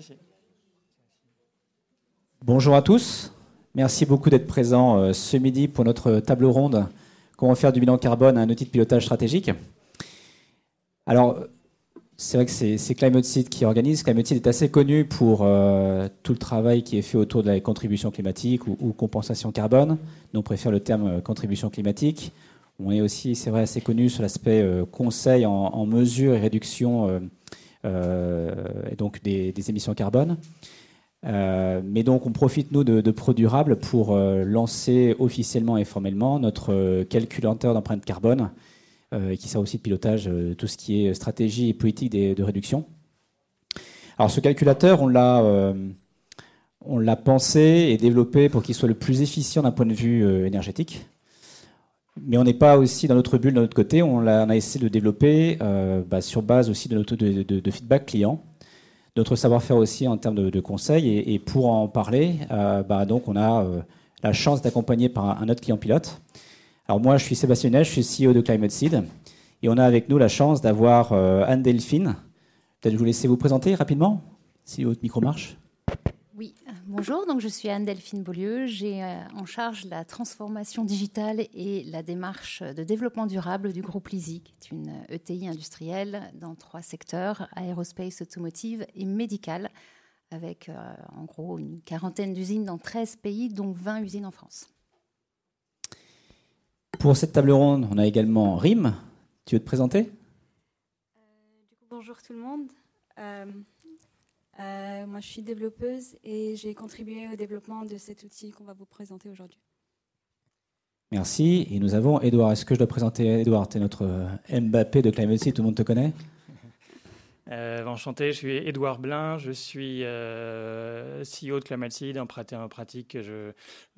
Merci. Bonjour à tous. Merci beaucoup d'être présents ce midi pour notre table ronde Comment faire du bilan carbone un outil de pilotage stratégique. Alors, c'est vrai que c'est Climate Seed qui organise. Climate Seed est assez connu pour tout le travail qui est fait autour de la contribution climatique ou compensation carbone. Nous, on préfère le terme contribution climatique. On est aussi, c'est vrai, assez connu sur l'aspect conseil en mesure et réduction et donc des émissions carbone. Mais donc, on profite, nous, de ProDurable pour lancer officiellement et formellement notre calculateur d'empreinte carbone, qui sert aussi de pilotage tout ce qui est stratégie et politique de réduction. Alors, ce calculateur, on l'a pensé et développé pour qu'il soit le plus efficient d'un point de vue énergétique. Mais on n'est pas aussi dans notre bulle, de notre côté. On a essayé de le développer sur base aussi de feedback client. Notre savoir-faire aussi en termes de conseils. Et pour en parler, donc on a la chance d'accompagner par un autre client pilote. Alors moi, je suis Sébastien Hunet, je suis CEO de Climate Seed. Et on a avec nous la chance d'avoir Anne-Delphine. Peut-être vous laissez vous présenter rapidement, si votre micro marche. Oui, bonjour. Donc je suis Anne-Delphine Beaulieu. J'ai en charge la transformation digitale et la démarche de développement durable du groupe LISI, qui est une ETI industrielle dans 3 secteurs, aérospace, automotive et médical, avec en gros une quarantaine d'usines dans 13 pays, dont 20 usines en France. Pour cette table ronde, on a également Rim. Tu veux te présenter ? Bonjour tout le monde. Moi, je suis développeuse et j'ai contribué au développement de cet outil qu'on va vous présenter aujourd'hui. Merci. Et nous avons Edouard. Est-ce que je dois présenter Edouard ? Tu es notre Mbappé de Climate Seed, tout le monde te connaît ? Enchanté, je suis Edouard Blin, je suis CEO de Climate Seed. En pratique, je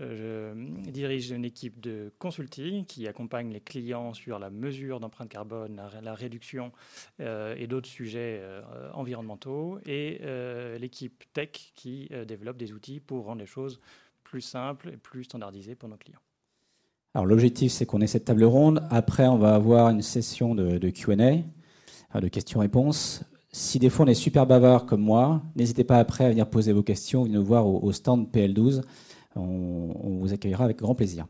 dirige une équipe de consulting qui accompagne les clients sur la mesure d'empreinte carbone, la réduction et d'autres sujets environnementaux, et l'équipe tech qui développe des outils pour rendre les choses plus simples et plus standardisées pour nos clients. Alors l'objectif, c'est qu'on ait cette table ronde. Après, on va avoir une session de Q&A, de questions-réponses. Si des fois on est super bavard comme moi, n'hésitez pas après à venir poser vos questions, venez nous voir au stand PL12. On vous accueillera avec grand plaisir.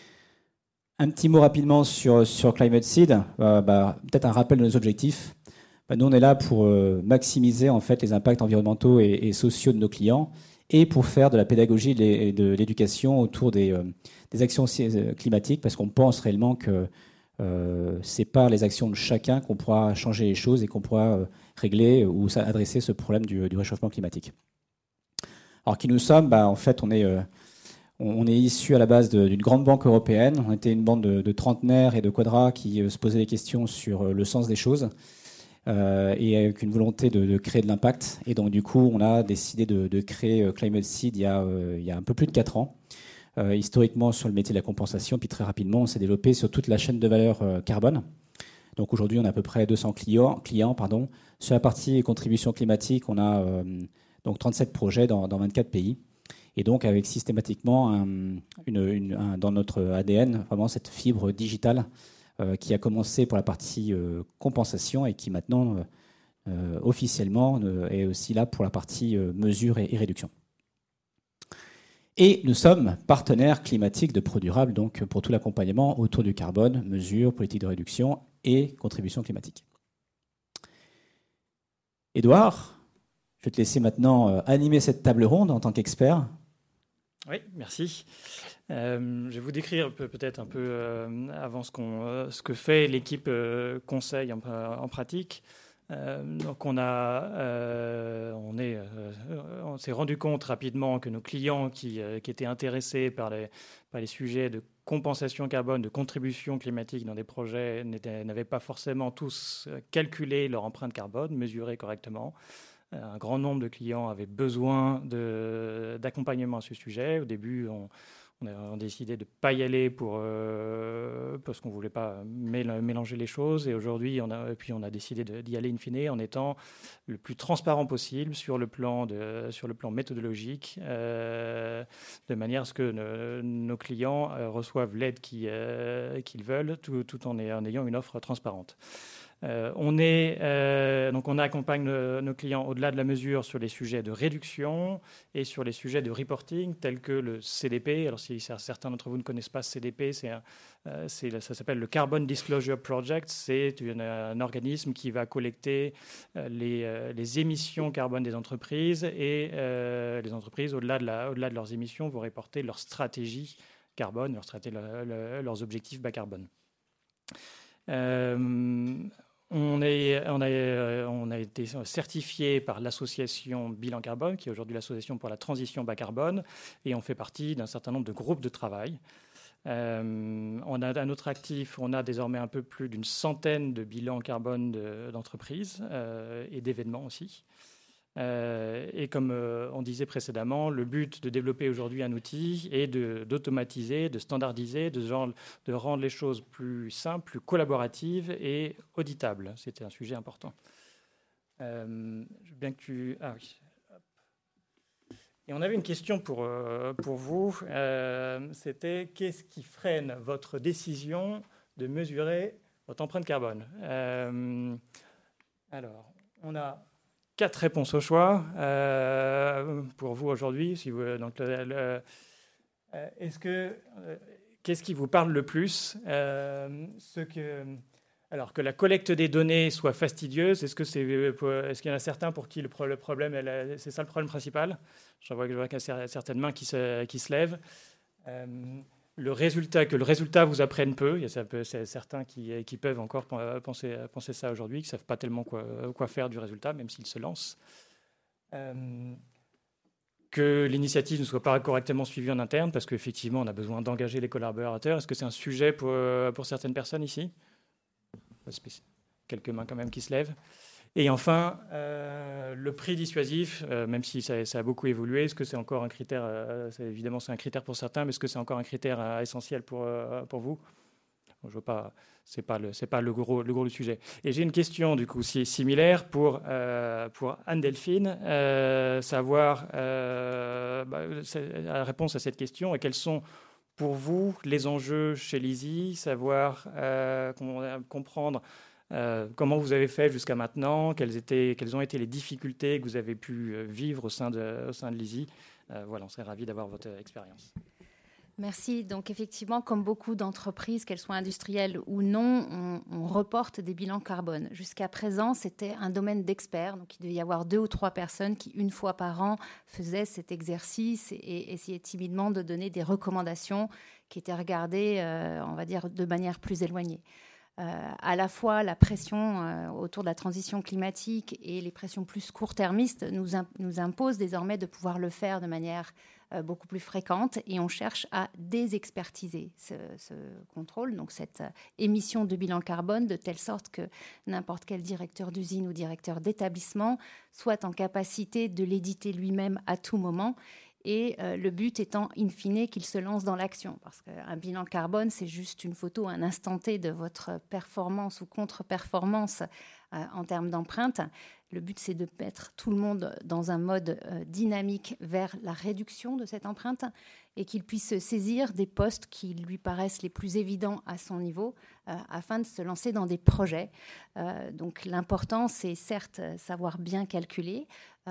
Un petit mot rapidement sur Climate Seed. Peut-être un rappel de nos objectifs. Nous, on est là pour maximiser en fait les impacts environnementaux et sociaux de nos clients et pour faire de la pédagogie et de l'éducation autour des actions climatiques, parce qu'on pense réellement que c'est par les actions de chacun qu'on pourra changer les choses et qu'on pourra régler ou adresser ce problème du réchauffement climatique. Alors qui nous sommes, en fait on est issu à la base d'une grande banque européenne. On était une bande de trentenaires et de quadras qui se posaient des questions sur le sens des choses et avec une volonté de créer de l'impact. Et donc du coup on a décidé de créer Climate Seed il y a un peu plus de 4 ans. Historiquement sur le métier de la compensation, puis très rapidement on s'est développé sur toute la chaîne de valeur carbone. Donc aujourd'hui on a à peu près 200 clients. Sur la partie contribution climatique, on a donc 37 projets dans 24 pays. Et donc avec systématiquement dans notre ADN vraiment cette fibre digitale qui a commencé pour la partie compensation et qui maintenant officiellement est aussi là pour la partie mesure et réduction. Et nous sommes partenaires climatiques de ProDurable, donc pour tout l'accompagnement autour du carbone, mesures, politique de réduction et contribution climatique. Édouard, je vais te laisser maintenant animer cette table ronde en tant qu'expert. Oui, merci. Je vais vous décrire peut-être un peu avant ce que fait l'équipe conseil en pratique. Donc on s'est rendu compte rapidement que nos clients qui étaient intéressés par les sujets de compensation carbone, de contribution climatique dans des projets n'avaient pas forcément tous calculé leur empreinte carbone, mesuré correctement. Un grand nombre de clients avaient besoin d'accompagnement à ce sujet. Au début, on a décidé de ne pas y aller parce qu'on ne voulait pas mélanger les choses. Et aujourd'hui, on a décidé d'y aller in fine en étant le plus transparent possible sur le plan méthodologique, de manière à ce que nos clients reçoivent l'aide qu'ils veulent tout en ayant une offre transparente. Donc on accompagne nos clients au-delà de la mesure sur les sujets de réduction et sur les sujets de reporting tels que le CDP. Alors si certains d'entre vous ne connaissent pas ce CDP, ça s'appelle le Carbon Disclosure Project. C'est un organisme qui va collecter les émissions carbone des entreprises et les entreprises, au-delà de leurs émissions, vont reporter leur stratégie carbone, leurs objectifs bas carbone. On a été certifié par l'association Bilan Carbone, qui est aujourd'hui l'association pour la transition bas carbone, et on fait partie d'un certain nombre de groupes de travail. On a à notre actif, on a désormais un peu plus d'une centaine de bilans carbone d'entreprises et d'événements aussi. Et comme on disait précédemment, le but de développer aujourd'hui un outil est d'automatiser, de standardiser, de rendre les choses plus simples, plus collaboratives et auditables. C'était un sujet important. Bien que tu... Ah oui. Et on avait une question pour vous. C'était qu'est-ce qui freine votre décision de mesurer votre empreinte carbone? Alors, on a 4 réponses au choix pour vous aujourd'hui. Qu'est-ce qui vous parle le plus? Alors que la collecte des données soit fastidieuse, est-ce qu'il y en a certains pour qui le problème, c'est ça le problème principal? Je vois qu'il y a certaines mains qui se lèvent. Que le résultat vous apprenne peu. Il y a certains qui peuvent encore penser ça aujourd'hui, qui ne savent pas tellement quoi faire du résultat, même s'ils se lancent. Que l'initiative ne soit pas correctement suivie en interne, parce qu'effectivement, on a besoin d'engager les collaborateurs. Est-ce que c'est un sujet pour certaines personnes ici? Quelques mains quand même qui se lèvent. Et enfin, le prix dissuasif, même si ça a beaucoup évolué, est-ce que c'est encore un critère? Évidemment, c'est un critère pour certains, mais est-ce que c'est encore un critère essentiel pour vous? Je veux pas, c'est pas le gros du sujet. Et j'ai une question du coup similaire pour Anne-Delphine, savoir la réponse à cette question et quels sont pour vous les enjeux chez Lizzie, savoir comprendre. Comment vous avez fait jusqu'à maintenant? Quelles ont été les difficultés que vous avez pu vivre au sein de Lizzie? Voilà, on serait ravis d'avoir votre expérience. Merci. Donc effectivement, comme beaucoup d'entreprises, qu'elles soient industrielles ou non, on reporte des bilans carbone. Jusqu'à présent, c'était un domaine d'experts. Donc il devait y avoir 2 ou 3 personnes qui, une fois par an, faisaient cet exercice et essayaient timidement de donner des recommandations qui étaient regardées, on va dire, de manière plus éloignée. À la fois la pression autour de la transition climatique et les pressions plus court-termistes nous imposent désormais de pouvoir le faire de manière beaucoup plus fréquente, et on cherche à désexpertiser ce contrôle, donc cette émission de bilan carbone, de telle sorte que n'importe quel directeur d'usine ou directeur d'établissement soit en capacité de l'éditer lui-même à tout moment. Et le but étant, in fine, qu'il se lance dans l'action. Parce qu'un bilan carbone, c'est juste une photo, un instant T de votre performance ou contre-performance en termes d'empreinte. Le but, c'est de mettre tout le monde dans un mode dynamique vers la réduction de cette empreinte et qu'il puisse saisir des postes qui lui paraissent les plus évidents à son niveau afin de se lancer dans des projets. Donc l'important, c'est certes savoir bien calculer.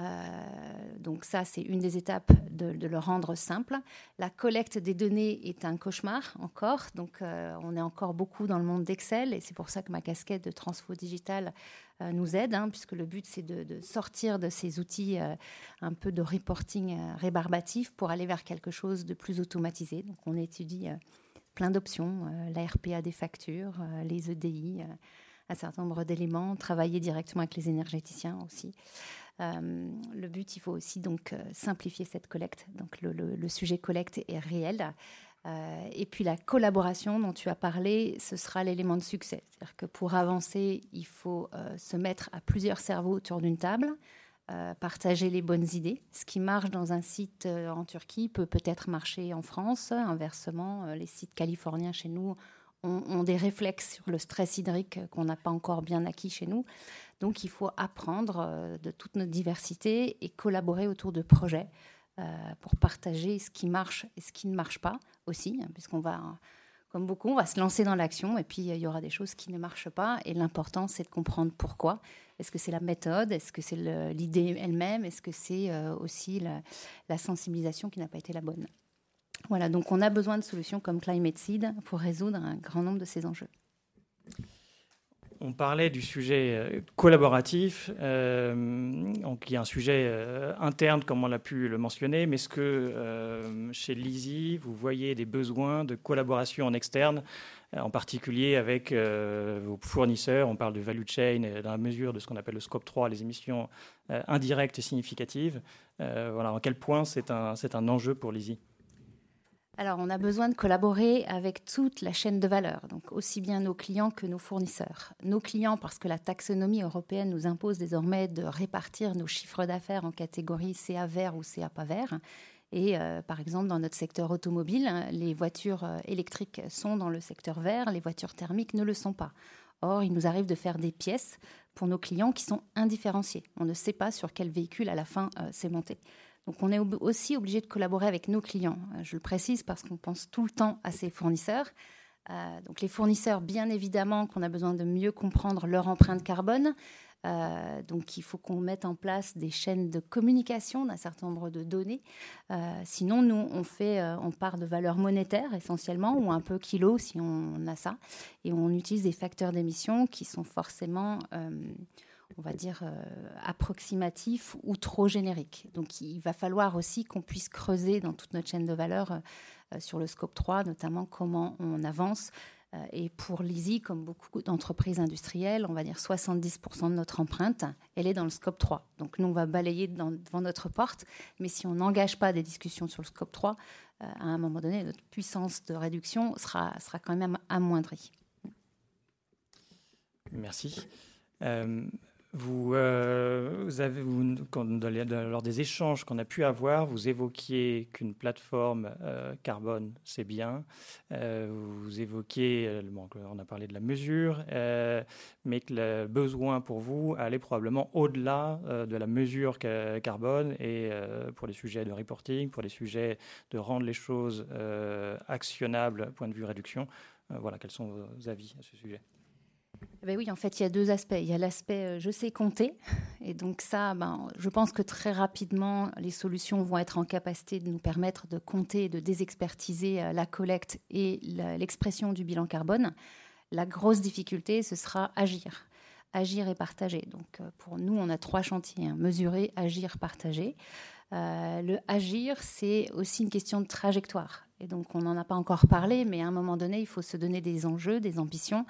Donc ça, c'est une des étapes de le rendre simple. La collecte des données est un cauchemar encore. Donc on est encore beaucoup dans le monde d'Excel et c'est pour ça que ma casquette de Transfo Digital nous aide, puisque le but, c'est de sortir de ces outils un peu de reporting rébarbatif pour aller vers quelque chose de plus automatisé. Donc on étudie plein d'options, la RPA des factures, les EDI, un certain nombre d'éléments, travailler directement avec les énergéticiens aussi. Le but, il faut aussi donc simplifier cette collecte. Donc le sujet collecte est réel. Et puis la collaboration dont tu as parlé, ce sera l'élément de succès. C'est-à-dire que pour avancer, il faut se mettre à plusieurs cerveaux autour d'une table, partager les bonnes idées. Ce qui marche dans un site en Turquie peut peut-être marcher en France. Inversement, les sites californiens chez nous ont des réflexes sur le stress hydrique qu'on n'a pas encore bien acquis chez nous. Donc il faut apprendre de toute notre diversité et collaborer autour de projets pour partager ce qui marche et ce qui ne marche pas aussi, puisqu'on va comme beaucoup, on va se lancer dans l'action et puis il y aura des choses qui ne marchent pas. Et l'important, c'est de comprendre pourquoi. Est-ce que c'est la méthode? Est-ce que c'est l'idée elle-même? Est-ce que c'est aussi la sensibilisation qui n'a pas été la bonne? Voilà, donc on a besoin de solutions comme Climate Seed pour résoudre un grand nombre de ces enjeux. On parlait du sujet collaboratif, donc il y a un sujet interne, comme on l'a pu le mentionner, mais est-ce que chez LISI, vous voyez des besoins de collaboration en externe, en particulier avec vos fournisseurs? On parle de value chain, dans la mesure de ce qu'on appelle le scope 3, les émissions indirectes et significatives. Voilà, en quel point c'est un enjeu pour LISI? Alors, on a besoin de collaborer avec toute la chaîne de valeur, donc aussi bien nos clients que nos fournisseurs. Nos clients, parce que la taxonomie européenne nous impose désormais de répartir nos chiffres d'affaires en catégories CA vert ou CA pas vert. Et par exemple, dans notre secteur automobile, les voitures électriques sont dans le secteur vert, les voitures thermiques ne le sont pas. Or, il nous arrive de faire des pièces pour nos clients qui sont indifférenciées. On ne sait pas sur quel véhicule, à la fin, c'est monté. Donc, on est aussi obligé de collaborer avec nos clients. Je le précise parce qu'on pense tout le temps à ces fournisseurs. Donc, les fournisseurs, bien évidemment, qu'on a besoin de mieux comprendre leur empreinte carbone. Donc, il faut qu'on mette en place des chaînes de communication d'un certain nombre de données. Sinon, nous, on part de valeurs monétaires essentiellement, ou un peu kilo si on a ça. Et on utilise des facteurs d'émission qui sont forcément... on va dire, approximatif ou trop générique. Donc, il va falloir aussi qu'on puisse creuser dans toute notre chaîne de valeur sur le scope 3, notamment comment on avance. Et pour LISI, comme beaucoup d'entreprises industrielles, on va dire 70% de notre empreinte, elle est dans le scope 3. Donc, nous, on va balayer devant notre porte. Mais si on n'engage pas des discussions sur le scope 3, à un moment donné, notre puissance de réduction sera quand même amoindrie. Merci. Vous avez, lors des échanges qu'on a pu avoir, vous évoquiez qu'une plateforme carbone, c'est bien. Vous évoquiez, on a parlé de la mesure, mais que le besoin pour vous allait probablement au-delà de la mesure carbone et pour les sujets de reporting, pour les sujets de rendre les choses actionnables, point de vue réduction. Voilà, quels sont vos avis à ce sujet ? Ben oui, en fait, il y a deux aspects. Il y a l'aspect je sais compter. Et donc ça, je pense que très rapidement, les solutions vont être en capacité de nous permettre de compter et de désexpertiser la collecte et l'expression du bilan carbone. La grosse difficulté, ce sera agir. Agir et partager. Donc pour nous, on a 3 chantiers. Mesurer, agir, partager. Le agir, c'est aussi une question de trajectoire. Et donc, on n'en a pas encore parlé, mais à un moment donné, il faut se donner des enjeux, des ambitions.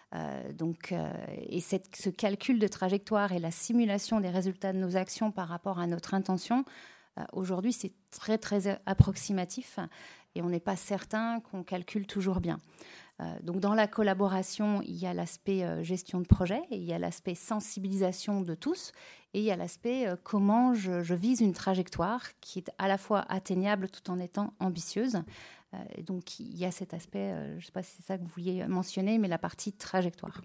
Et ce calcul de trajectoire et la simulation des résultats de nos actions par rapport à notre intention, aujourd'hui, c'est très, très approximatif et on n'est pas certain qu'on calcule toujours bien. Donc, dans la collaboration, il y a l'aspect gestion de projet, et il y a l'aspect sensibilisation de tous, et il y a l'aspect comment je vise une trajectoire qui est à la fois atteignable tout en étant ambitieuse. Donc, il y a cet aspect, je ne sais pas si c'est ça que vous vouliez mentionner, mais la partie trajectoire.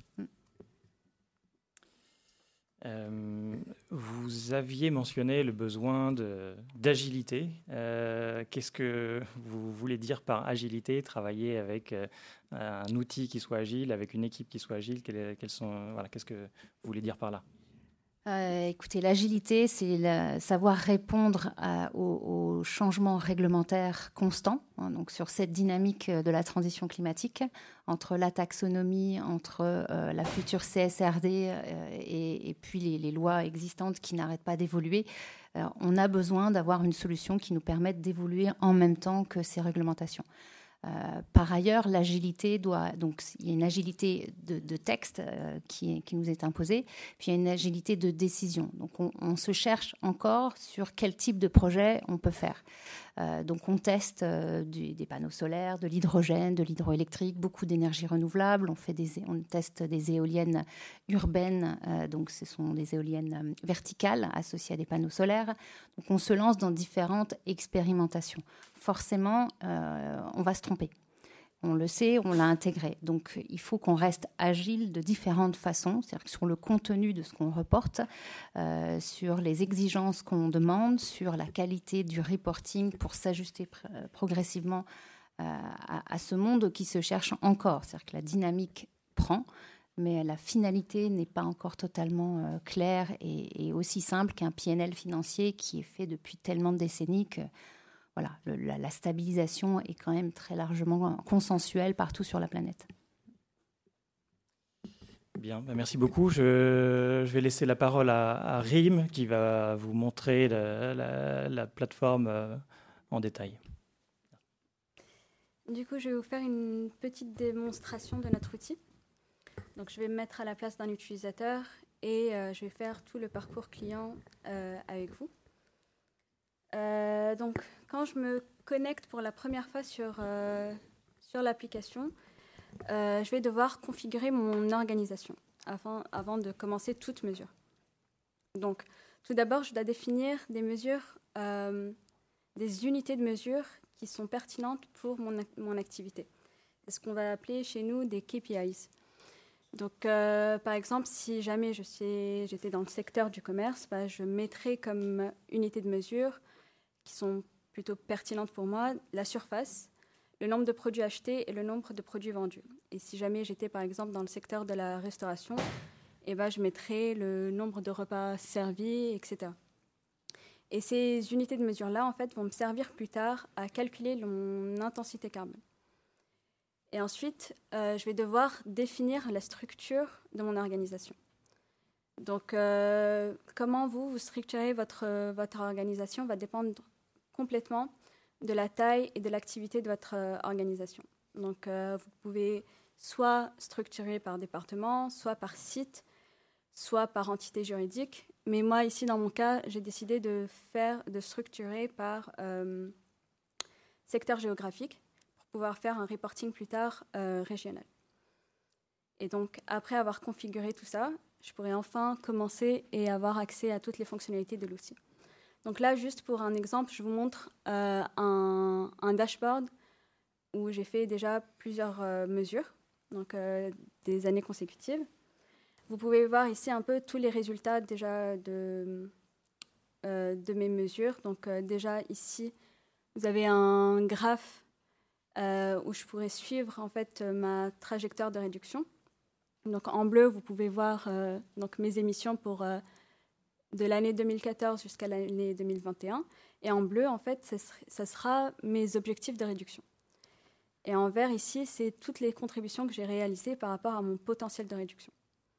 Vous aviez mentionné le besoin d'agilité. Qu'est-ce que vous voulez dire par agilité? Travailler avec un outil qui soit agile, avec une équipe qui soit agile, qu'est-ce que vous voulez dire par là? Écoutez, l'agilité, c'est savoir répondre aux changements réglementaires constants, hein, donc sur cette dynamique de la transition climatique, entre la taxonomie, entre la future CSRD et puis les lois existantes qui n'arrêtent pas d'évoluer. On a besoin d'avoir une solution qui nous permette d'évoluer en même temps que ces réglementations. Par ailleurs, l'agilité donc il y a une agilité de texte qui nous est imposée, puis il y a une agilité de décision. Donc on se cherche encore sur quel type de projet on peut faire. Donc on teste des panneaux solaires, de l'hydrogène, de l'hydroélectrique, beaucoup d'énergie renouvelable. On teste des éoliennes urbaines, donc ce sont des éoliennes verticales associées à des panneaux solaires. Donc on se lance dans différentes expérimentations. Forcément, on va se tromper. On le sait, on l'a intégré. Donc, il faut qu'on reste agile de différentes façons, c'est-à-dire que sur le contenu de ce qu'on reporte, sur les exigences qu'on demande, sur la qualité du reporting pour s'ajuster progressivement à ce monde qui se cherche encore. C'est-à-dire que la dynamique prend, mais la finalité n'est pas encore totalement claire et aussi simple qu'un PNL financier qui est fait depuis tellement de décennies que voilà, la stabilisation est quand même très largement consensuelle partout sur la planète. Bien, merci beaucoup. Je vais laisser la parole à Rim qui va vous montrer la plateforme en détail. Du coup, je vais vous faire une petite démonstration de notre outil. Donc, je vais me mettre à la place d'un utilisateur et je vais faire tout le parcours client avec vous. Donc, quand je me connecte pour la première fois sur l'application, je vais devoir configurer mon organisation avant de commencer toute mesure. Donc, tout d'abord, je dois définir des mesures, des unités de mesure qui sont pertinentes pour mon activité. C'est ce qu'on va appeler chez nous des KPIs. Donc, par exemple, si jamais j'étais dans le secteur du commerce, je mettrais comme unité de mesure qui sont plutôt pertinentes pour moi la surface, le nombre de produits achetés et le nombre de produits vendus. Et si jamais j'étais, par exemple, dans le secteur de la restauration, je mettrais le nombre de repas servis, etc. Et ces unités de mesure-là, en fait, vont me servir plus tard à calculer mon intensité carbone. Et ensuite, je vais devoir définir la structure de mon organisation. Donc, comment vous structurez votre organisation va dépendre complètement de la taille et de l'activité de votre organisation. Donc, vous pouvez soit structurer par département, soit par site, soit par entité juridique. Mais moi, ici, dans mon cas, j'ai décidé de structurer par secteur géographique pour pouvoir faire un reporting plus tard régional. Et donc, après avoir configuré tout ça, je pourrais enfin commencer et avoir accès à toutes les fonctionnalités de l'outil. Donc là, juste pour un exemple, je vous montre un dashboard où j'ai fait déjà plusieurs mesures, donc des années consécutives. Vous pouvez voir ici un peu tous les résultats déjà de mes mesures. Donc déjà ici, vous avez un graphe où je pourrais suivre en fait ma trajectoire de réduction. Donc en bleu, vous pouvez voir donc mes émissions pour de l'année 2014 jusqu'à l'année 2021. Et en bleu, en fait, ça sera mes objectifs de réduction. Et en vert, ici, c'est toutes les contributions que j'ai réalisées par rapport à mon potentiel de réduction.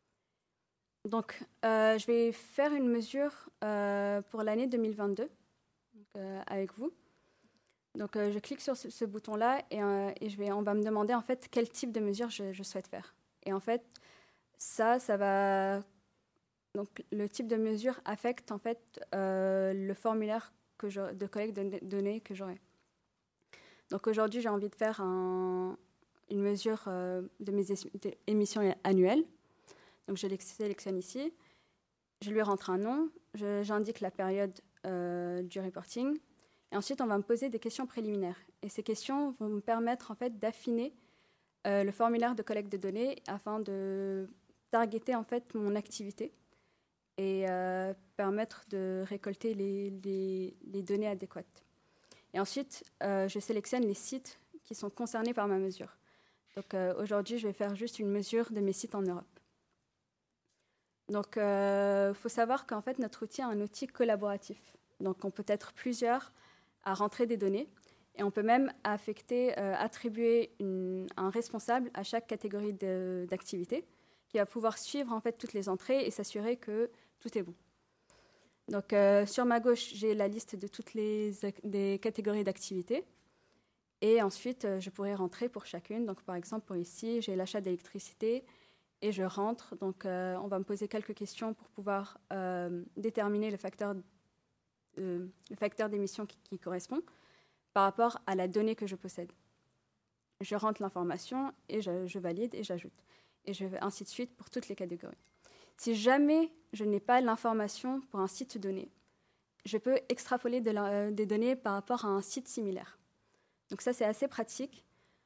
Donc, je vais faire une mesure pour l'année 2022 avec vous. Donc, je clique sur ce bouton-là et on va me demander en fait quel type de mesure je souhaite faire. Et en fait, ça va... Donc, le type de mesure affecte en fait le formulaire de collecte de données que j'aurai. Donc, aujourd'hui, j'ai envie de faire une mesure de mes émissions annuelles. Donc, je les sélectionne ici. Je lui rentre un nom. J'indique la période du reporting. Et ensuite, on va me poser des questions préliminaires. Et ces questions vont me permettre en fait d'affiner le formulaire de collecte de données afin de targeter en fait mon activité et permettre de récolter les données adéquates. Et ensuite, je sélectionne les sites qui sont concernés par ma mesure. Donc aujourd'hui, je vais faire juste une mesure de mes sites en Europe. Donc, faut savoir qu'en fait, notre outil est un outil collaboratif. Donc, on peut être plusieurs à rentrer des données et on peut même attribuer un responsable à chaque catégorie d'activité qui va pouvoir suivre en fait toutes les entrées et s'assurer que tout est bon. Donc, sur ma gauche, j'ai la liste de toutes des catégories d'activités. Et ensuite, je pourrais rentrer pour chacune. Donc, par exemple, pour ici, j'ai l'achat d'électricité et je rentre. Donc, on va me poser quelques questions pour pouvoir déterminer le facteur d'émission qui correspond par rapport à la donnée que je possède. Je rentre l'information et je valide et j'ajoute. Et je vais ainsi de suite pour toutes les catégories. Si jamais je n'ai pas l'information pour un site donné, je peux extrapoler des données par rapport à un site similaire. Donc ça, c'est assez pratique.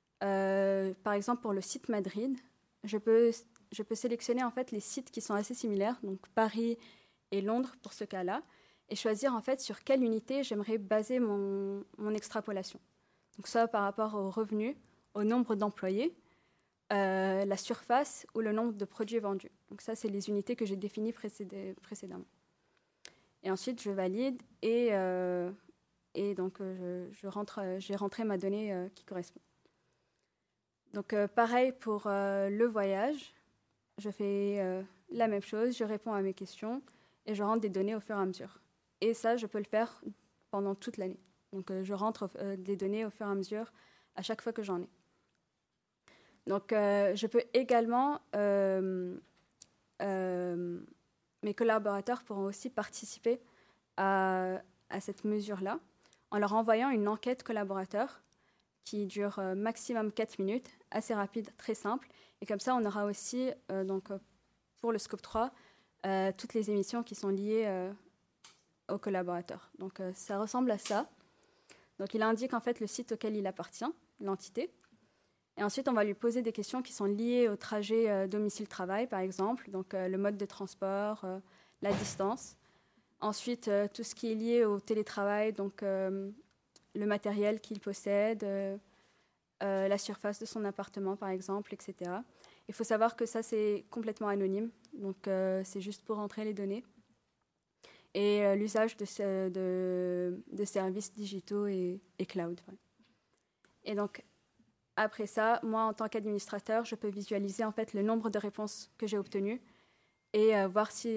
Par exemple, pour le site Madrid, je peux sélectionner en fait les sites qui sont assez similaires, donc Paris et Londres pour ce cas-là, et choisir en fait sur quelle unité j'aimerais baser mon extrapolation. Donc ça par rapport aux revenus, au nombre d'employés, la surface ou le nombre de produits vendus. Donc ça, c'est les unités que j'ai définies précédemment. Et ensuite, je valide et donc j'ai rentré ma donnée qui correspond. Donc pareil pour le voyage, je fais la même chose, je réponds à mes questions et je rentre des données au fur et à mesure. Et ça, je peux le faire pendant toute l'année. Donc je rentre des données au fur et à mesure à chaque fois que j'en ai. Donc je peux également, mes collaborateurs pourront aussi participer à cette mesure-là en leur envoyant une enquête collaborateur qui dure maximum 4 minutes, assez rapide, très simple. Et comme ça, on aura aussi, pour le scope 3, toutes les émissions qui sont liées aux collaborateurs. Donc ça ressemble à ça. Donc il indique en fait le site auquel il appartient, l'entité. Et ensuite, on va lui poser des questions qui sont liées au trajet domicile-travail, par exemple, donc le mode de transport, la distance. Ensuite, tout ce qui est lié au télétravail, donc le matériel qu'il possède, la surface de son appartement, par exemple, etc. Il faut savoir que ça, c'est complètement anonyme, donc c'est juste pour entrer les données. Et l'usage de services digitaux et cloud. Ouais. Et donc, après ça, moi, en tant qu'administrateur, je peux visualiser en fait le nombre de réponses que j'ai obtenues et voir si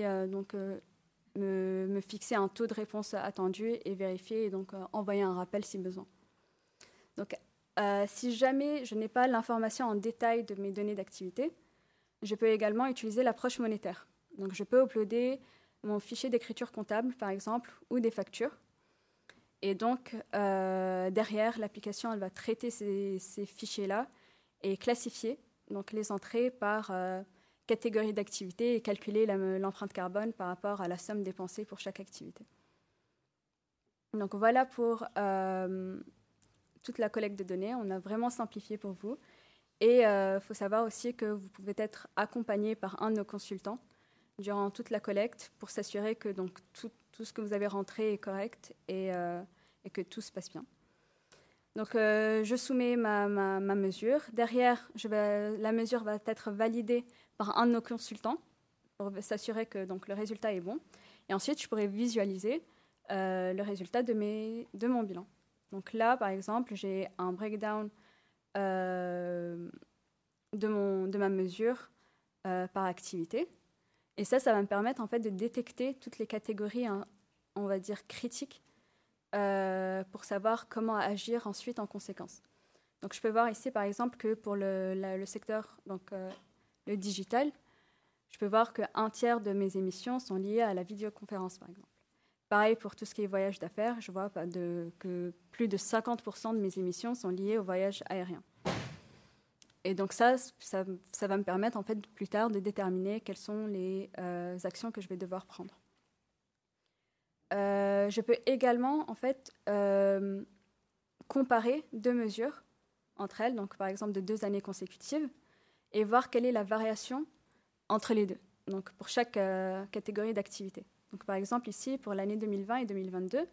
me fixer un taux de réponse attendu et vérifier et donc envoyer un rappel si besoin. Donc, si jamais je n'ai pas l'information en détail de mes données d'activité, je peux également utiliser l'approche monétaire. Donc, je peux uploader mon fichier d'écriture comptable, par exemple, ou des factures. Et donc, derrière, l'application, elle va traiter ces fichiers-là et classifier donc, les entrées par catégorie d'activité et calculer l'empreinte carbone par rapport à la somme dépensée pour chaque activité. Donc, voilà pour toute la collecte de données. On a vraiment simplifié pour vous. Et il faut savoir aussi que vous pouvez être accompagné par un de nos consultants durant toute la collecte pour s'assurer que donc, tout ce que vous avez rentré est correct et que tout se passe bien. Donc, je soumets ma mesure. Derrière, la mesure va être validée par un de nos consultants pour s'assurer que donc, le résultat est bon. Et ensuite, je pourrai visualiser le résultat de mon bilan. Donc là, par exemple, j'ai un breakdown de ma mesure par activité. Et ça va me permettre en fait de détecter toutes les catégories, on va dire, critiques pour savoir comment agir ensuite en conséquence. Donc je peux voir ici par exemple que pour le secteur, donc le digital, je peux voir qu'un tiers de mes émissions sont liées à la vidéoconférence par exemple. Pareil pour tout ce qui est voyage d'affaires, je vois que plus de 50% de mes émissions sont liées au voyage aérien. Et donc ça va me permettre en fait plus tard de déterminer quelles sont les actions que je vais devoir prendre. Je peux également en fait comparer deux mesures entre elles, donc par exemple de 2 années consécutives, et voir quelle est la variation entre les deux, donc pour chaque catégorie d'activité. Donc par exemple ici pour l'année 2020 et 2022,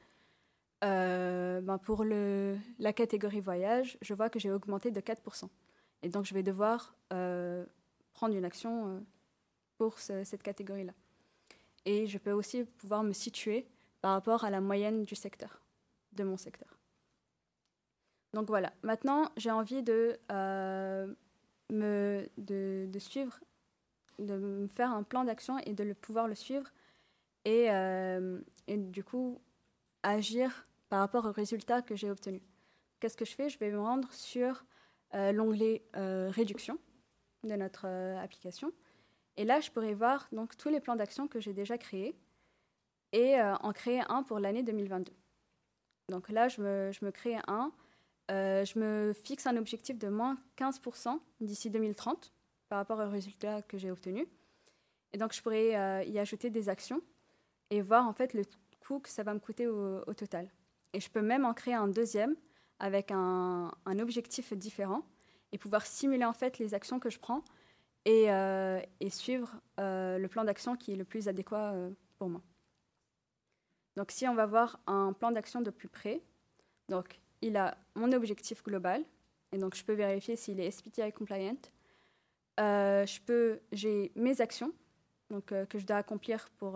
pour la catégorie voyage, je vois que j'ai augmenté de 4%. Et donc, je vais devoir prendre une action pour cette catégorie-là. Et je peux aussi pouvoir me situer par rapport à la moyenne du secteur, de mon secteur. Donc voilà. Maintenant, j'ai envie de suivre, de me faire un plan d'action et de pouvoir le suivre et du coup agir par rapport aux résultats que j'ai obtenus. Qu'est-ce que je fais ? Je vais me rendre sur l'onglet réduction de notre application. Et là, je pourrais voir donc, tous les plans d'action que j'ai déjà créés et en créer un pour l'année 2022. Donc là, je me crée un. Je me fixe un objectif de moins 15% d'ici 2030 par rapport aux résultats que j'ai obtenus. Et donc, je pourrais y ajouter des actions et voir en fait le coût que ça va me coûter au total. Et je peux même en créer un deuxième avec un objectif différent et pouvoir simuler en fait les actions que je prends et suivre le plan d'action qui est le plus adéquat pour moi. Donc si on va voir un plan d'action de plus près, donc il a mon objectif global, et donc je peux vérifier s'il est SBTi compliant. J'ai mes actions donc, que je dois accomplir pour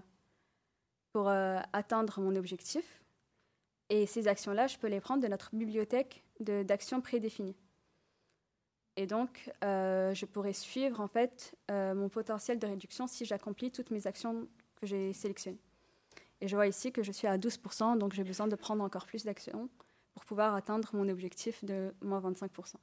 atteindre mon objectif. Et ces actions-là, je peux les prendre de notre bibliothèque d'actions prédéfinies. Et donc, je pourrais suivre en fait, mon potentiel de réduction si j'accomplis toutes mes actions que j'ai sélectionnées. Et je vois ici que je suis à 12%, donc j'ai besoin de prendre encore plus d'actions pour pouvoir atteindre mon objectif de moins 25%.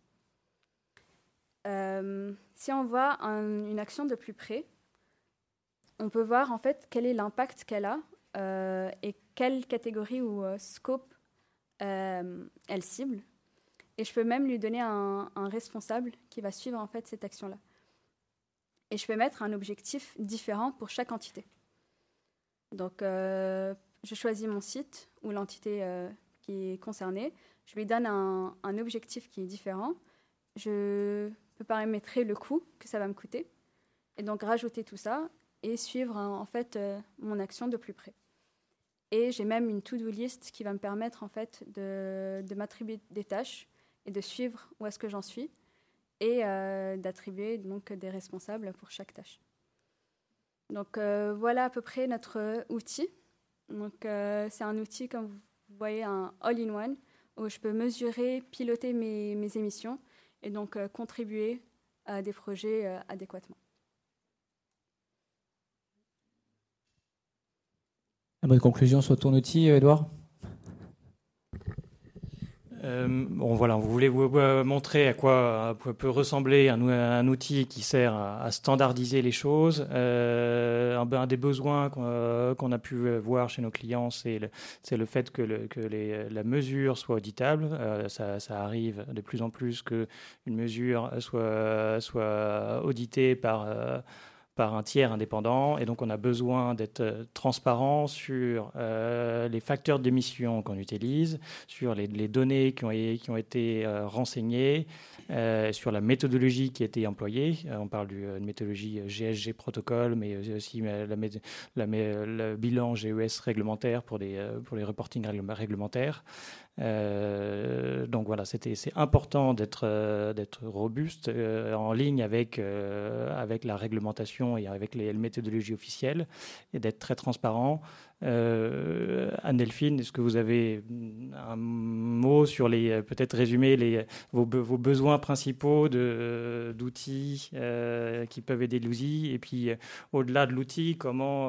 Si on voit une action de plus près, on peut voir en fait quel est l'impact qu'elle a et quelle catégorie ou scope elle cible. Et je peux même lui donner un responsable qui va suivre en fait cette action-là. Et je peux mettre un objectif différent pour chaque entité. Donc, je choisis mon site ou l'entité qui est concernée. Je lui donne un objectif qui est différent. Je peux paramétrer le coût que ça va me coûter. Et donc, rajouter tout ça et suivre en fait mon action de plus près. Et j'ai même une to-do list qui va me permettre en fait de m'attribuer des tâches et de suivre où est-ce que j'en suis et d'attribuer donc des responsables pour chaque tâche. Donc voilà à peu près notre outil. Donc c'est un outil, comme vous voyez, un all-in-one où je peux mesurer, piloter mes émissions et donc contribuer à des projets adéquatement. Un mot de conclusion sur ton outil, Edouard ? Bon, voilà, on voulait vous montrer à quoi peut ressembler un outil qui sert à standardiser les choses. Un des besoins qu'on a pu voir chez nos clients, c'est le fait que la mesure soit auditable. Ça arrive de plus en plus qu'une mesure soit auditée par un tiers indépendant, et donc on a besoin d'être transparent sur les facteurs d'émission qu'on utilise, sur les données qui ont été renseignées, sur la méthodologie qui a été employée. On parle d'une méthodologie GSG protocole, mais aussi le bilan GES réglementaire pour les reportings réglementaires. Donc voilà, c'est important d'être robuste en ligne avec la réglementation et avec les méthodologies officielles, et d'être très transparent. Anne-Delphine, est-ce que vous avez un mot sur peut-être résumer vos besoins principaux d'outils qui peuvent aider l'outil, et puis au-delà de l'outil, comment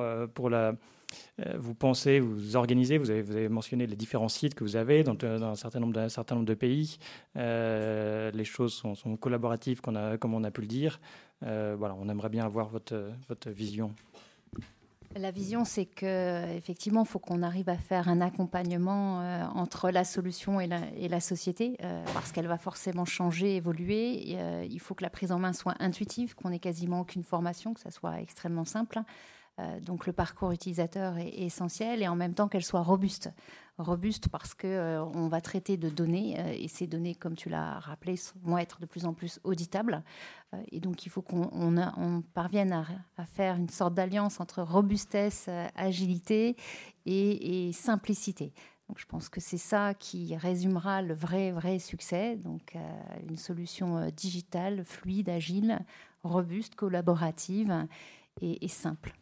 vous pensez, vous organisez, vous avez mentionné les différents sites que vous avez dans un certain nombre de pays. Les choses sont collaboratives, comme on a pu le dire. Voilà, on aimerait bien avoir votre vision. La vision, c'est qu'effectivement, il faut qu'on arrive à faire un accompagnement entre la solution et la société, parce qu'elle va forcément changer, évoluer. Il faut que la prise en main soit intuitive, qu'on n'ait quasiment aucune formation, que ça soit extrêmement simple. Donc le parcours utilisateur est essentiel, et en même temps qu'elle soit robuste. Robuste parce qu'on va traiter de données, et ces données, comme tu l'as rappelé, vont être de plus en plus auditables. Et donc il faut qu'on parvienne à faire une sorte d'alliance entre robustesse, agilité et simplicité. Donc je pense que c'est ça qui résumera le vrai succès. Donc une solution digitale, fluide, agile, robuste, collaborative et simple.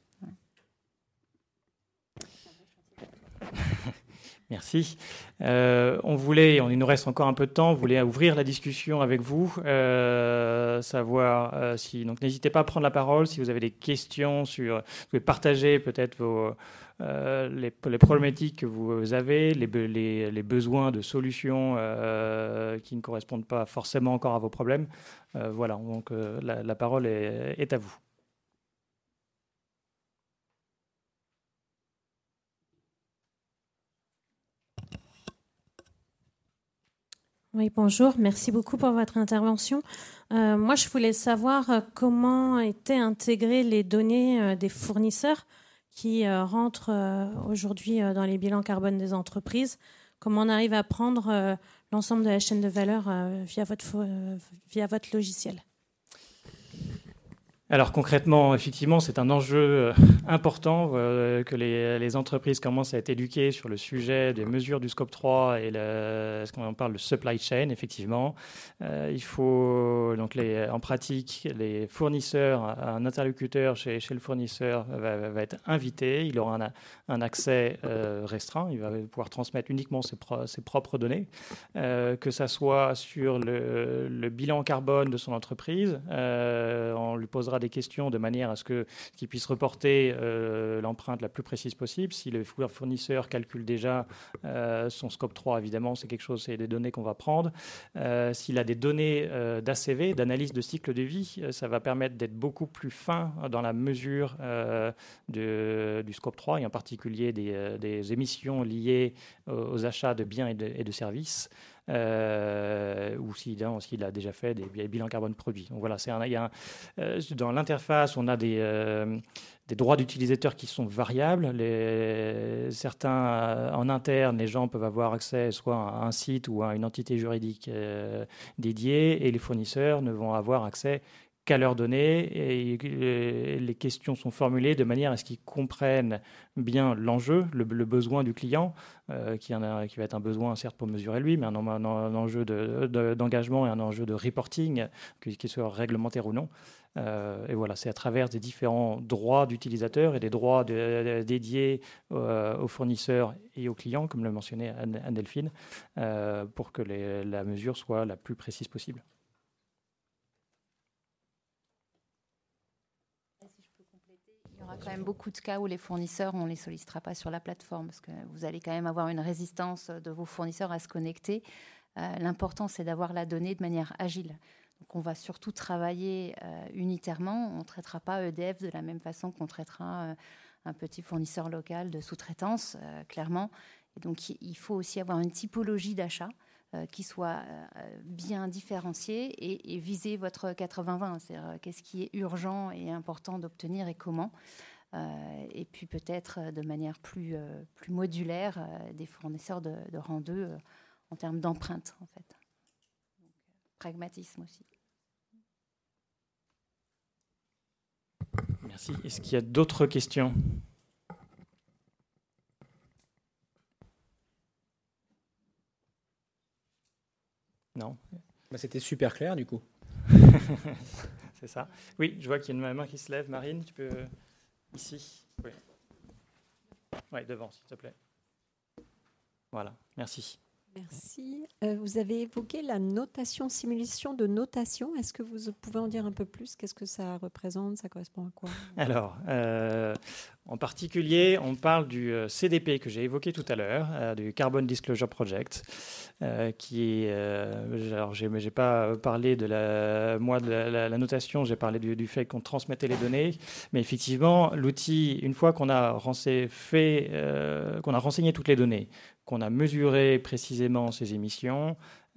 Merci. Il nous reste encore un peu de temps. On voulait ouvrir la discussion avec vous, savoir si. Donc, n'hésitez pas à prendre la parole si vous avez des questions vous pouvez partager peut-être les problématiques que vous avez, les besoins de solutions qui ne correspondent pas forcément encore à vos problèmes. Voilà. Donc, la parole est à vous. Oui, bonjour. Merci beaucoup pour votre intervention. Moi, je voulais savoir comment étaient intégrées les données des fournisseurs qui rentrent aujourd'hui dans les bilans carbone des entreprises. Comment on arrive à prendre l'ensemble de la chaîne de valeur via votre logiciel. Alors concrètement, effectivement, c'est un enjeu important que les entreprises commencent à être éduquées sur le sujet des mesures du scope 3 et ce qu'on parle de supply chain, effectivement. Il faut, donc en pratique, les fournisseurs, un interlocuteur chez le fournisseur va être invité, il aura un accès restreint, il va pouvoir transmettre uniquement ses propres données, que ça soit sur le bilan carbone de son entreprise, on lui posera des questions de manière à ce qu'il puisse reporter l'empreinte la plus précise possible. Si le fournisseur calcule déjà son scope 3, évidemment, c'est des données qu'on va prendre. S'il a des données d'ACV, d'analyse de cycle de vie, ça va permettre d'être beaucoup plus fin dans la mesure du scope 3, et en particulier des émissions liées aux achats de biens et de services. Ou s'il a déjà fait des bilans carbone produits. Donc voilà, dans l'interface, on a des droits d'utilisateurs qui sont variables. Certains, en interne, les gens peuvent avoir accès soit à un site ou à une entité juridique dédiée, et les fournisseurs ne vont avoir accès qu'à leurs données, et les questions sont formulées de manière à ce qu'ils comprennent bien l'enjeu, le besoin du client, qui va être un besoin certes pour mesurer lui, mais un enjeu d'engagement et un enjeu de reporting, qu'il soit réglementaire ou non. Et voilà, c'est à travers des différents droits d'utilisateurs et des droits dédiés aux fournisseurs et aux clients, comme le mentionnait Anne-Delphine, pour que la mesure soit la plus précise possible. Il y aura quand même beaucoup de cas où les fournisseurs, on ne les sollicitera pas sur la plateforme, parce que vous allez quand même avoir une résistance de vos fournisseurs à se connecter. L'important, c'est d'avoir la donnée de manière agile. Donc, on va surtout travailler unitairement. On ne traitera pas EDF de la même façon qu'on traitera un petit fournisseur local de sous-traitance, clairement. Et donc, il faut aussi avoir une typologie d'achat qui soit bien différenciée et viser votre 80-20, c'est-à-dire qu'est-ce qui est urgent et important d'obtenir et comment. Et puis peut-être de manière plus modulaire des fournisseurs de rang 2 en termes d'empreinte, en fait. Donc, pragmatisme aussi. Merci. Est-ce qu'il y a d'autres questions ? Non. C'était super clair, du coup. C'est ça. Oui, je vois qu'il y a une main qui se lève. Marine, tu peux... Ici. Oui. Oui, devant, s'il te plaît. Voilà, merci. Merci. Vous avez évoqué la notation, simulation de notation. Est-ce que vous pouvez en dire un peu plus ? Qu'est-ce que ça représente ? Ça correspond à quoi ? Alors, en particulier, on parle du CDP que j'ai évoqué tout à l'heure, du Carbon Disclosure Project, qui est... alors, je n'ai pas parlé de la notation, j'ai parlé du fait qu'on transmettait les données, mais effectivement, l'outil, une fois qu'on a renseigné toutes les données, qu'on a mesuré précisément ces émissions,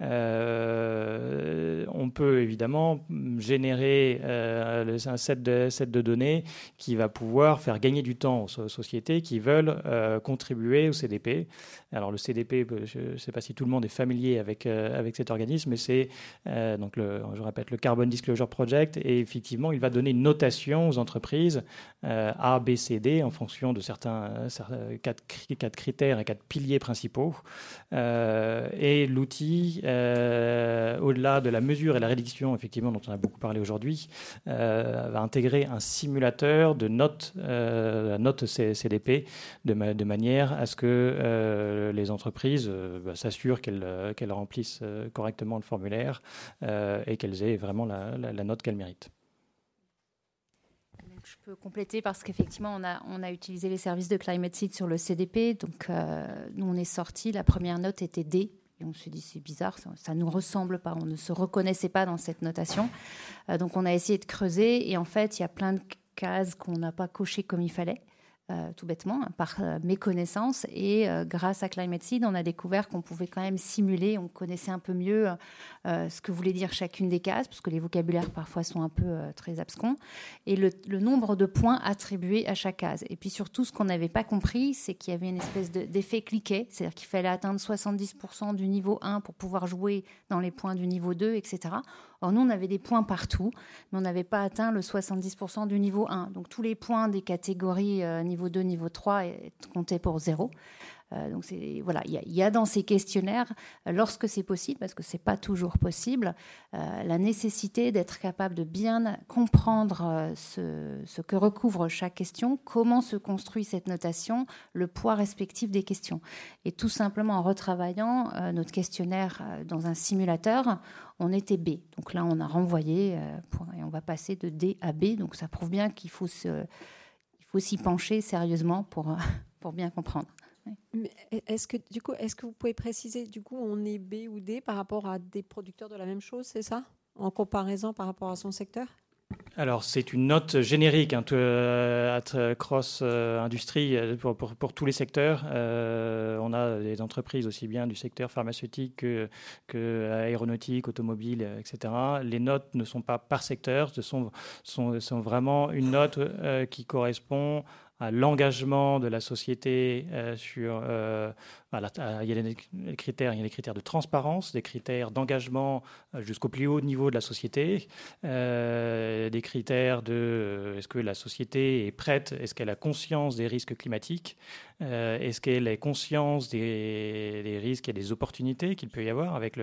on peut évidemment générer un set de données qui va pouvoir faire gagner du temps aux sociétés qui veulent contribuer au CDP. Alors le CDP, je ne sais pas si tout le monde est familier avec cet organisme, mais c'est donc je répète, le Carbon Disclosure Project, et effectivement il va donner une notation aux entreprises A, B, C, D en fonction de certains 4 critères et 4 piliers principaux, et l'outil au-delà de la mesure et la réduction, effectivement, dont on a beaucoup parlé aujourd'hui, va intégrer un simulateur de notes CDP de manière à ce que les entreprises s'assurent qu'elles remplissent correctement le formulaire et qu'elles aient vraiment la note qu'elles méritent. Je peux compléter parce qu'effectivement, on a utilisé les services de Climate Seed sur le CDP. Donc, nous, on est sortis, la première note était D. Et on se dit, c'est bizarre, ça ne nous ressemble pas, on ne se reconnaissait pas dans cette notation. Donc, on a essayé de creuser. Et en fait, il y a plein de cases qu'on n'a pas cochées comme il fallait, tout bêtement, par méconnaissance. Et grâce à Climate Seed, on a découvert qu'on pouvait quand même simuler. On connaissait un peu mieux ce que voulait dire chacune des cases, parce que les vocabulaires parfois sont un peu très abscons, et le nombre de points attribués à chaque case. Et puis surtout, ce qu'on n'avait pas compris, c'est qu'il y avait une espèce d'effet cliquet, c'est-à-dire qu'il fallait atteindre 70% du niveau 1 pour pouvoir jouer dans les points du niveau 2, etc. Or, nous, on avait des points partout, mais on n'avait pas atteint le 70% du niveau 1. Donc, tous les points des catégories niveau 2, niveau 3 comptaient pour 0. Donc voilà, il y a dans ces questionnaires, lorsque c'est possible, parce que c'est pas toujours possible, la nécessité d'être capable de bien comprendre ce que recouvre chaque question, comment se construit cette notation, le poids respectif des questions. Et tout simplement en retravaillant notre questionnaire dans un simulateur, on était B. Donc là, on a renvoyé et on va passer de D à B. Donc ça prouve bien qu'il faut s'y pencher sérieusement pour bien comprendre. Mais est-ce que vous pouvez préciser, du coup, on est B ou D par rapport à des producteurs de la même chose, c'est ça? En comparaison par rapport à son secteur? Alors, c'est une note générique, cross-industrie pour tous les secteurs. On a des entreprises aussi bien du secteur pharmaceutique que aéronautique, automobile, etc. Les notes ne sont pas par secteur, ce sont vraiment une note qui correspond à l'engagement de la société sur... il y a des critères de transparence, des critères d'engagement jusqu'au plus haut niveau de la société, des critères de est-ce que la société est prête, est-ce qu'elle a conscience des risques climatiques, est-ce qu'elle a conscience des risques et des opportunités qu'il peut y avoir avec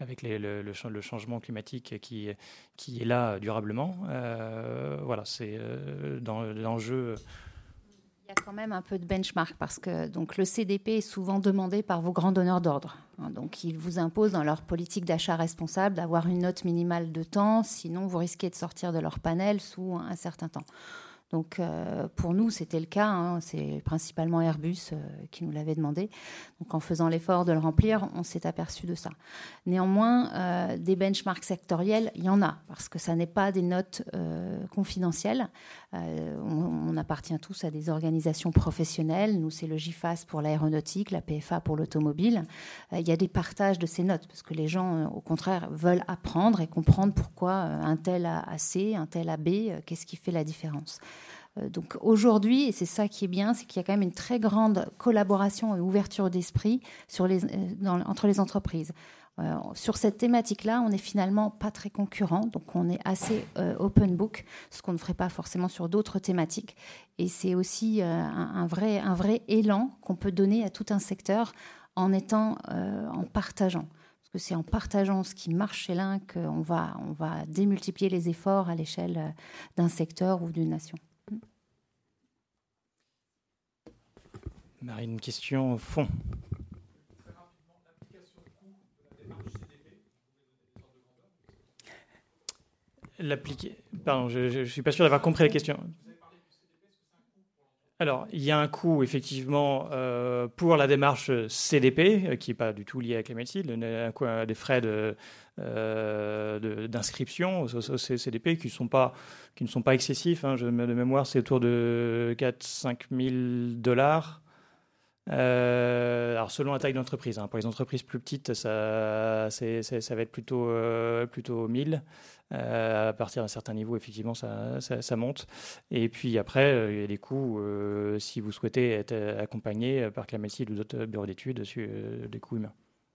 le changement climatique qui est là durablement. Voilà, c'est dans l'enjeu... Il y a quand même un peu de benchmark parce que donc, le CDP est souvent demandé par vos grands donneurs d'ordre. Donc, ils vous imposent dans leur politique d'achat responsable d'avoir une note minimale de temps, sinon vous risquez de sortir de leur panel sous un certain temps. Donc, pour nous, c'était le cas. C'est principalement Airbus qui nous l'avait demandé. Donc, en faisant l'effort de le remplir, on s'est aperçu de ça. Néanmoins, des benchmarks sectoriels, il y en a, parce que ça n'est pas des notes confidentielles. On appartient tous à des organisations professionnelles. Nous, c'est le GIFAS pour l'aéronautique, la PFA pour l'automobile. Il y a des partages de ces notes, parce que les gens, au contraire, veulent apprendre et comprendre pourquoi un tel a C, un tel a B, qu'est-ce qui fait la différence. Donc aujourd'hui, et c'est ça qui est bien, c'est qu'il y a quand même une très grande collaboration et ouverture d'esprit entre les entreprises. Sur cette thématique-là, on n'est finalement pas très concurrents, donc on est assez open book, ce qu'on ne ferait pas forcément sur d'autres thématiques. Et c'est aussi un vrai élan qu'on peut donner à tout un secteur en partageant. Parce que c'est en partageant ce qui marche chez l'un qu'on va démultiplier les efforts à l'échelle d'un secteur ou d'une nation. Marie, une question au fond. Pardon, je ne suis pas sûr d'avoir compris la question. Alors, il y a un coût, effectivement, pour la démarche CDP, qui n'est pas du tout liée à Climate-Seed, des frais d'inscription au CDP qui ne sont pas excessifs. De mémoire, c'est autour de 4-5 000 $. Alors selon la taille d'entreprise, pour les entreprises plus petites, ça va être plutôt 1000. À partir d'un certain niveau, effectivement, ça monte. Et puis après, il y a des coûts, si vous souhaitez être accompagné par Climate-Seed ou d'autres bureaux d'études, sur des coûts humains.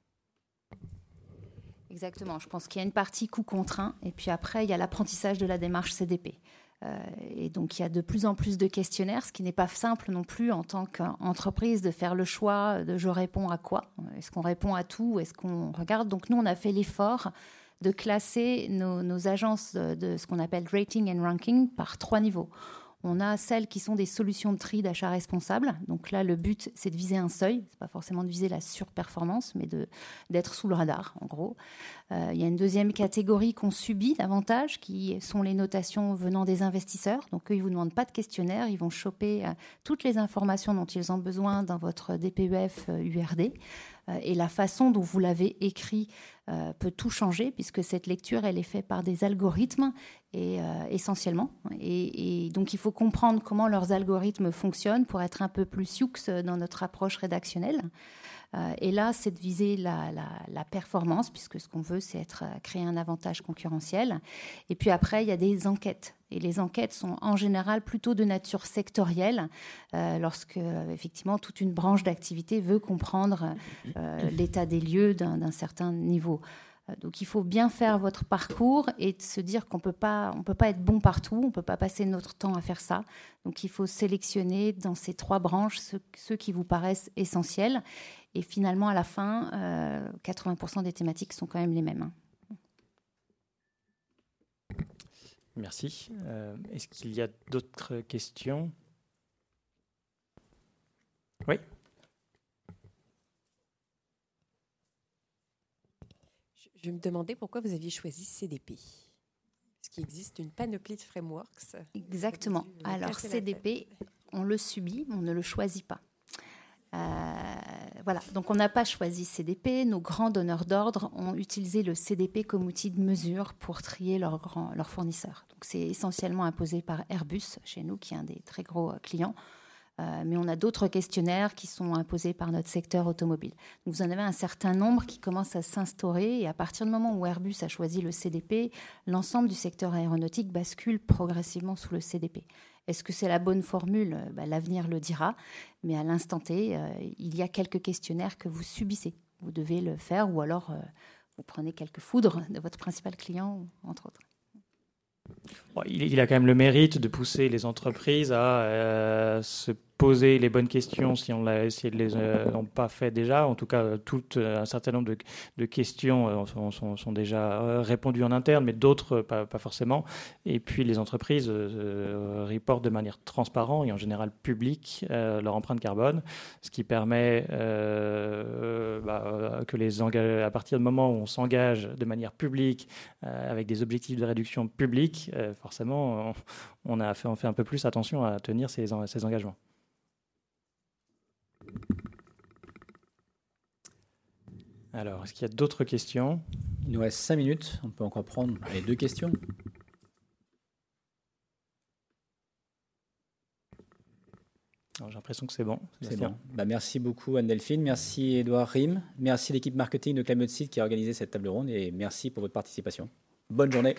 Exactement. Je pense qu'il y a une partie coût contraint. Et puis après, il y a l'apprentissage de la démarche CDP. Et donc, il y a de plus en plus de questionnaires, ce qui n'est pas simple non plus en tant qu'entreprise de faire le choix de je réponds à quoi. Est-ce qu'on répond à tout ou est-ce qu'on regarde? Donc, nous, on a fait l'effort de classer nos agences de ce qu'on appelle rating and ranking par 3 niveaux. On a celles qui sont des solutions de tri d'achat responsable. Donc là, le but, c'est de viser un seuil. Ce n'est pas forcément de viser la surperformance, mais d'être sous le radar, en gros. Il y a une deuxième catégorie qu'on subit davantage, qui sont les notations venant des investisseurs. Donc eux, ils ne vous demandent pas de questionnaire. Ils vont choper toutes les informations dont ils ont besoin dans votre DPEF URD. Et la façon dont vous l'avez écrit peut tout changer, puisque cette lecture, elle est faite par des algorithmes essentiellement. Et donc, il faut comprendre comment leurs algorithmes fonctionnent pour être un peu plus sioux dans notre approche rédactionnelle. Et là, c'est de viser la performance, puisque ce qu'on veut, c'est créer un avantage concurrentiel. Et puis après, il y a des enquêtes. Et les enquêtes sont en général plutôt de nature sectorielle, lorsque, effectivement, toute une branche d'activité veut comprendre l'état des lieux d'un certain niveau. Donc, il faut bien faire votre parcours et de se dire qu'on peut pas être bon partout, on ne peut pas passer notre temps à faire ça. Donc, il faut sélectionner dans ces 3 branches ceux qui vous paraissent essentiels. Et finalement, à la fin, 80% des thématiques sont quand même les mêmes. Merci. Est-ce qu'il y a d'autres questions? Oui. Je me demandais pourquoi vous aviez choisi CDP. Parce qu'il existe une panoplie de frameworks. Exactement. Alors, CDP, on le subit, on ne le choisit pas. Voilà, donc on n'a pas choisi CDP. Nos grands donneurs d'ordre ont utilisé le CDP comme outil de mesure pour trier leurs fournisseurs. Donc c'est essentiellement imposé par Airbus, chez nous, qui est un des très gros clients. Mais on a d'autres questionnaires qui sont imposés par notre secteur automobile. Donc vous en avez un certain nombre qui commencent à s'instaurer et à partir du moment où Airbus a choisi le CDP, l'ensemble du secteur aéronautique bascule progressivement sous le CDP. Est-ce que c'est la bonne formule? L'avenir le dira, mais à l'instant T, il y a quelques questionnaires que vous subissez. Vous devez le faire ou alors vous prenez quelques foudres de votre principal client, entre autres. Bon, il a quand même le mérite de pousser les entreprises à se poser les bonnes questions si elles ne les ont pas fait déjà. En tout cas, un certain nombre de questions sont déjà répondues en interne, mais d'autres pas forcément. Et puis les entreprises reportent de manière transparente et en général publique leur empreinte carbone, ce qui permet que à partir du moment où on s'engage de manière publique avec des objectifs de réduction publics, forcément on fait un peu plus attention à tenir ces engagements. Alors, est-ce qu'il y a d'autres questions? Il nous reste 5 minutes. On peut encore prendre 2 questions. J'ai l'impression que c'est bon. C'est bon. Merci beaucoup Anne-Delphine. Merci Édouard Rym. Merci l'équipe marketing de Climate Seed qui a organisé cette table ronde. Et merci pour votre participation. Bonne journée.